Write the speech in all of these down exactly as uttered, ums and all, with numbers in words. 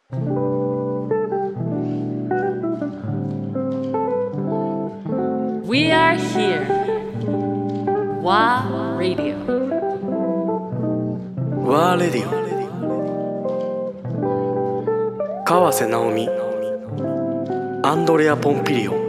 We are here. WA Radio. WA Radio。川瀬直美、アンドレア・ポンピリオ。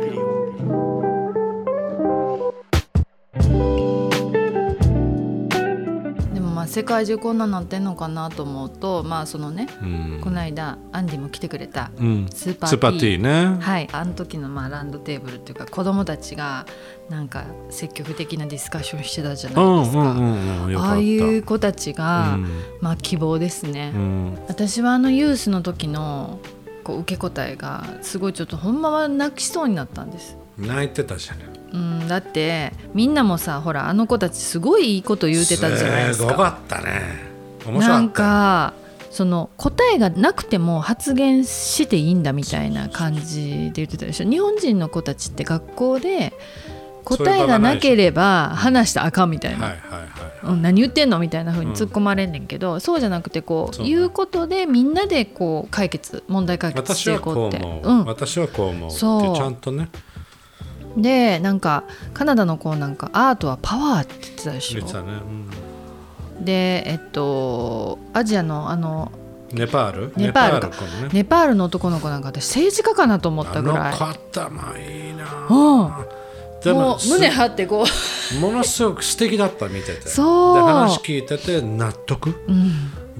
世界中こんななってんのかなと思うと、まあそのね、 うん、 この間アンディも来てくれたスーパー T、うん、 スーパー T ね、 はい、あの時のまあランドテーブルっていうか子供たちがなんか積極的なディスカッションしてたじゃないですか、うんうんうん、ああいう子たちが、うん、まあ希望ですね、うん、私はあのユースの時のこう受け答えがすごいちょっとほんまは泣きそうになったんです。 泣いてたじゃん。 うん、だってみんなもさ、ほらあの子たちすごいいいこと言うてたじゃないですか。 すごかったね。面白かった。 なんかその答えがなくても発言していいんだみたいな感じで言ってたでしょ。日本人の子たちって学校で答えがなければ話したらあかんみたいな、はいはいはい、何言ってんのみたいな風に突っ込まれんねんけど、うん、そうじゃなくてこう言うことでみんなでこう解決問題解決していこうって。 私はこう思う、うん、私はこう思うってちゃんとね。 でなんかカナダの子なんかアートはパワーって言ってたでしょ。 言ってたね、うん、でえっとアジアのあのネパールネパールか、ね、ネパールの男の子なんか私政治家かなと思ったぐらい。 あの方もいいな、 うん、でももう胸張ってこうものすごく素敵だった見ててそうで話聞いてて納得、うん、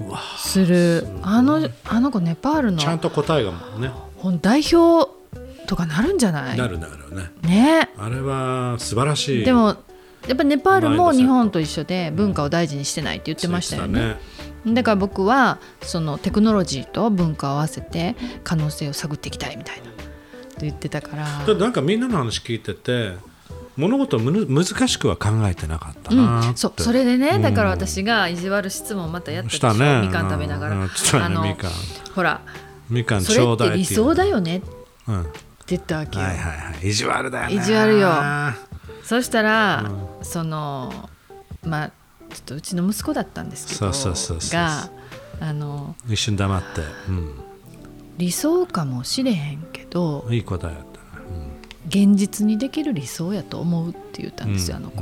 うわする。あのあの子ネパールのちゃんと答えがもうね代表とかなるんじゃない？ なるなるね。 ね。 あれは素晴らしい。 でもやっぱネパールも日本と一緒で文化を大事にしてないって言ってましたよね。うん、だから僕はそのテクノロジーと文化を合わせて可能性を探っていきたいみたいなと言ってたから。 なんかみんなの話聞いてて物事をむ難しくは考えてなかったなって、うん、 そ, それでね、だから私が意地悪質問またやったでしょ、ね、みかん食べながら、うん、あのみかんほらみかんちょうだいっていうそれって理想だよね、 うんって言ったわけよ。 はいはいはい、意地悪だよね。 意地悪よ。そしたら、うん、そのまあちょっとうちの息子だったんですけどがあの一瞬黙って、うん、 理想かもしれへんけどいい答えだった、 うん、現実にできる理想やと思うって言ったんですよ、うん、あの子、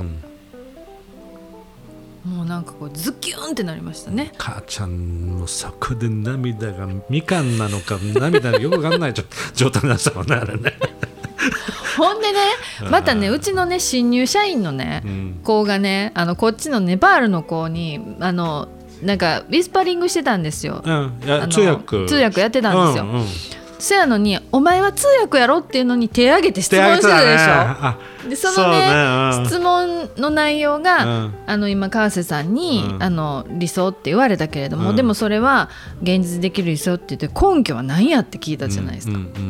うん、もうなんかこうズキュンってなりましたね。 母ちゃんもそこで涙がみかんなのか涙なのかよくわかんない状態になってたもんねあれねほんでねまたねうちのね新入社員のね、うん、子がねあのこっちのネパールの子にあのなんかウィスパリングしてたんですよ、 うん、いや通訳通訳やってたんですよ、うんうん、そやのにお前は通訳やろっていうのに手挙げて質問してたでしょ、ね、でその ね, そね、うん、質問の内容が、うん、あの今川瀬さんに、うん、あの理想って言われたけれども、うん、でもそれは現実できる理想って言って根拠は何やって聞いたじゃないですか、うんうんうんうん、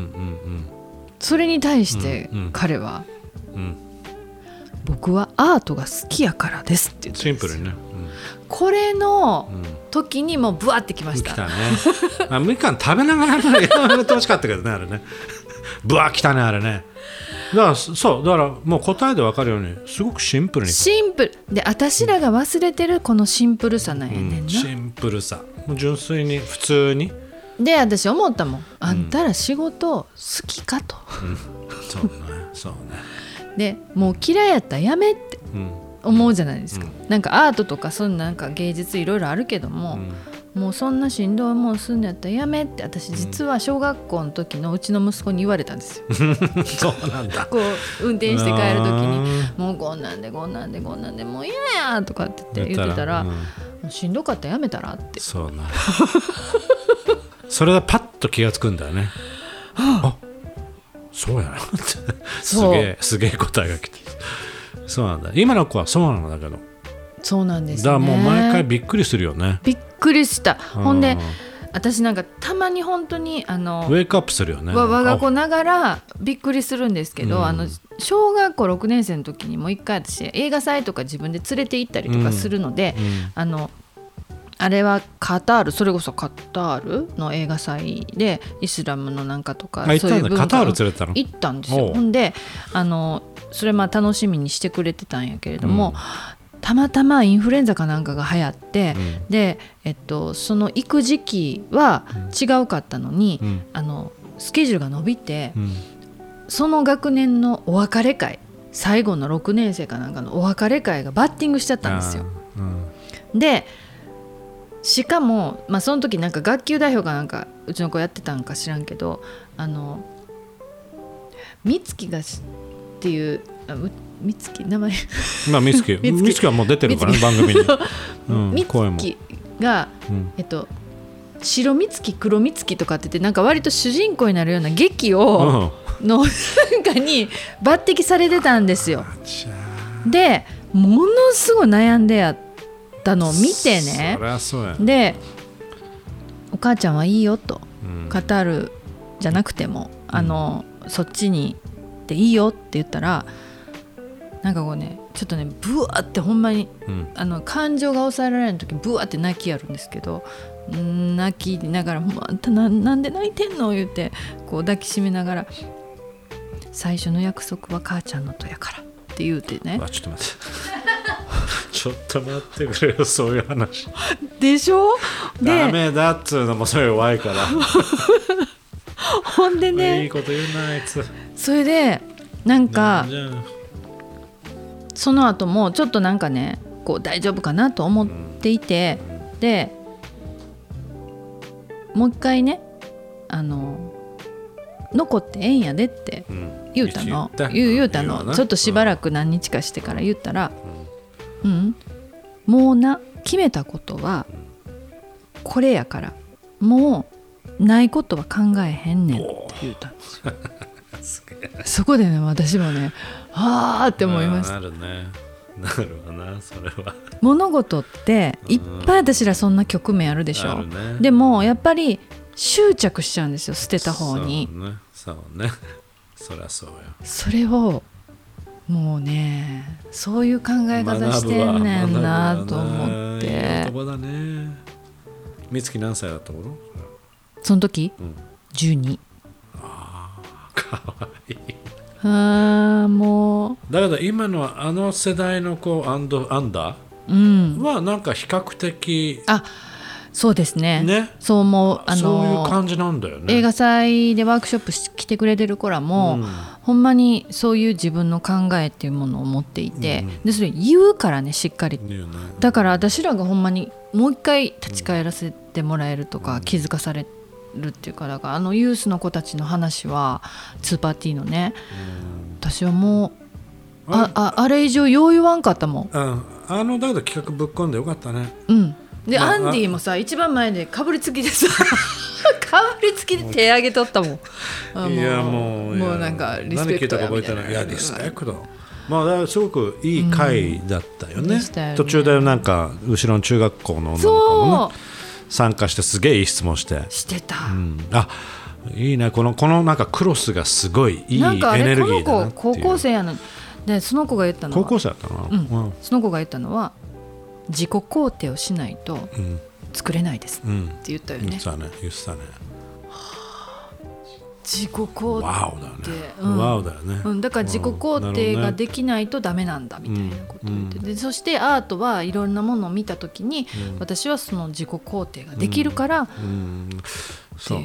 それに対して彼は、うんうん、僕はアートが好きやからですって言ってシンプルにね、うん、 これの時にもうブワってきました、 来たねあみかん食べながらやめてほしかったけどねあれねブワ来たねあれね。だからそうだからもう答えで分かるようにすごくシンプルにシンプルで私らが忘れてるこのシンプルさなんやねんな、うん、 シンプルさもう純粋に普通にで私思ったもんあんたら仕事好きかと、 うん、そうねそうねでもう嫌いやったらやめって思うじゃないですか、うん、なんかアートとかそんななんか芸術いろいろあるけども、うん、もうそんなしんどいもんすんのやったらやめって私実は小学校の時のうちの息子に言われたんですよそうなんだこう運転して帰る時にもうこんなんでこんなんでこんなんでもう嫌やとかって言ってたら、うん、もうしんどかったらやめたらってそうなそれでパッと気がつくんだよねあそうやなってすげえすげえ答えが来てそうなんだ今の子はそうなのだけどそうなんですね。 だからもう毎回びっくりするよね。 びっくりした。ほんで私なんかたまに本当にあのウェイクアップするよね。 我が子ながらびっくりするんですけど、うん、あの小学校ろくねん生の時にもう一回私映画祭とか自分で連れて行ったりとかするので、うんうん、あのあれはカタールそれこそカタールの映画祭でイスラムのなんかとかそういう文化カタール連れてたの行ったんですよ。ほんであのそれまあ楽しみにしてくれてたんやけれども、 たまたまインフルエンザかなんかが流行って、 うん、 で、えっと、その行く時期は違うかったのに、うん、あのスケジュールが伸びて、うん、その学年のお別れ会、最後のろくねん生かなんかのお別れ会がバッティングしちゃったんですよ、うん、でしかも、まあ、その時なんか学級代表かなんかうちの子やってたんか知らんけど、あの美月がっていう美月名前まあ美月美月はもう出てるからね番組に美月が、うん、えっと白美月黒美月とかって言ってなんか割と主人公になるような劇を、うん、のなんかに抜擢されてたんですよ。でものすごい悩んでやったのを見てね、 そりゃそうや。 でお母ちゃんはいいよと、うん、カタールじゃなくても、うん、あのそっちにでいいよって言ったらなんかこうねちょっとねブワーってほんまに、うん、あの感情が抑えられない時ブワーって泣きやるんですけど、泣きながらもうあんた な, なんで泣いてんの言ってこう抱きしめながら最初の約束は母ちゃんのとやからって言うてね。 あちょっと待ってちょっと待ってくれよそういう話でしょ。でダメだっつうのもそれ弱いからほんでねいいこと言うなあいつ。 それでなんかその後もちょっとなんかねこう大丈夫かなと思っていて、うん、でもう一回ねあの残ってええんやでって言うたの、うん、言う、言うたのちょっとしばらく何日かしてから言ったら、うん、うん、もうな決めたことはこれやからもうないことは考えへんねんって言うたんですよそこでね私もねはーって思いました。 なるねなるわなそれは。 物事っていっぱい私らそんな局面あるでしょ、ね、でもやっぱり執着しちゃうんですよ捨てた方に。 そうねそうねそりゃそうよ。 それをもうねそういう考え方してんねんなと思って。いい言葉だね。美月何歳だった頃その時、うん、じゅうに。 ああかわいい。 あもうだけど今のあの世代の子アンドアンダー、うん、はなんか比較的あそうですね、 ねそう思う。あのそういう感じなんだよね。 映画祭でワークショップ来てくれてる子らも、うん、ほんまにそういう自分の考えっていうものを持っていて、うん、でそれ言うからねしっかり、ね、だから私らがほんまにもう一回立ち返らせてもらえるとか、うん、気づかされるっていうか、だからあのユースの子たちの話はツーパーティーのね、うん、私はもう あ, あ, あれ以上よう言わんかったもん、 うん、あのだけど企画ぶっ込んでよかったね。 うんで、まあ、アンディもさ一番前でかぶりつきでさかぶりつきで手挙げとったもん。 いやもうもうなんかリスペクトやみたいな。 いやリスペクト、まあ、だからすごくいい回だったよね、うん、よね。途中でなんか後ろの中学校の女の子もね参加してすげえいい質問してしてた、 うん、あいいねこのこのなんかクロスがすごいいいエネルギーだなっていう。 高校生やのでその子が言ったのは高校生だったな、 うんうん、その子が言ったのは自己肯定をしないと作れないです、うん、って言ったよね。 言ってたね言ってたね。 自己肯定ワオだね、うん、ワオだよね、 うん、だから自己肯定ができないとダメなんだみたいなことを言って、うん、でそしてアートはいろんなものを見たときに、うん、私はその自己肯定ができるから、うんうんそう、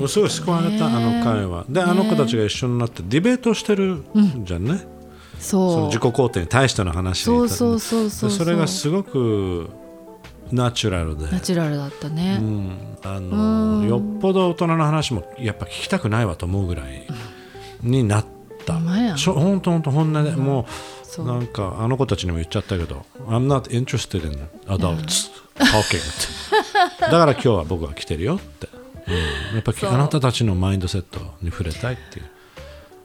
すごい救われたあの会話で、ね、あの子たちが一緒になってディベートしてるじゃんね、うんそうその自己肯定に対しての話で、 そうそうそうそうそれがすごくナチュラルでナチュラルだったね、うん、 あのうんよっぽど大人の話もやっぱ聞きたくないわと思うぐらいになった、うん、本当本当本音で、うん、もうなんかあの子たちにも言っちゃったけど I'm not interested in adults talking ってだから今日は僕は来てるよって、うん、やっぱりあなたたちのマインドセットに触れたいっていう、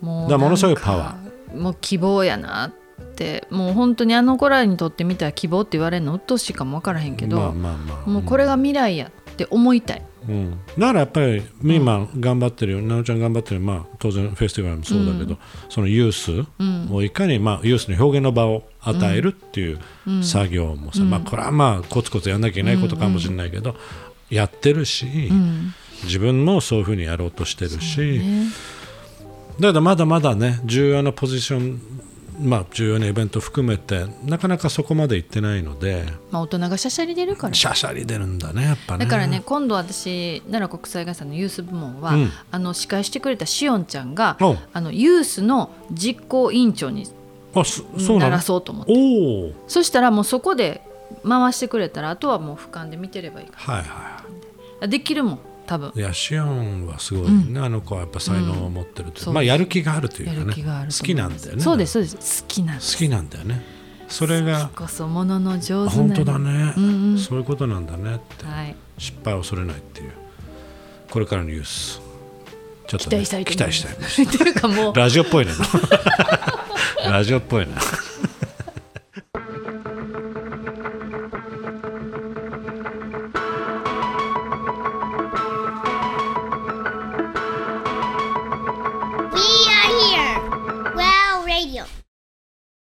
もうだからものすごいパワーもう希望やなってもう本当にあの子らにとってみたら希望って言われるの鬱陶しいかも分からへんけど、まあまあまあ、もうこれが未来やって思いたい、 うん、だからやっぱり今頑張ってるよ、うん、なおちゃん頑張ってる、まあ、当然フェスティバルもそうだけど、うん、そのユースをいかに、まあ、ユースの表現の場を与えるっていう作業もさ、うんまあ、これはまあコツコツやんなきゃいけないことかもしれないけど、うん、やってるし、うん、自分もそういうふうにやろうとしてるし、だけどまだまだね重要なポジションまあ、重要なイベント含めてなかなかそこまで行ってないので、 まあ、大人がしゃしゃり出るからしゃしゃり出るんだねやっぱね。 だからね今度私奈良国際映画祭のユース部門は、うん、あの司会してくれたしおんちゃんがあのユースの実行委員長にならそうと思って、おそしたらもうそこで回してくれたらあとはもう俯瞰で見てればいいから、はいはい、できるもん多分。いやシオンはすごいね、うん、あの子はやっぱ才能を持ってるという、うん、まあ、やる気があるというかね、好きなんだよね。 そうですそうです好きなんです好きなんだよね。それが好きこそものの上手な本当だね、うんうん、そういうことなんだねって、はい、失敗を恐れないっていうこれからのニュースちょっと、ね、期待したいと思います。期待したいっていうかもうラジオっぽいねラジオっぽいね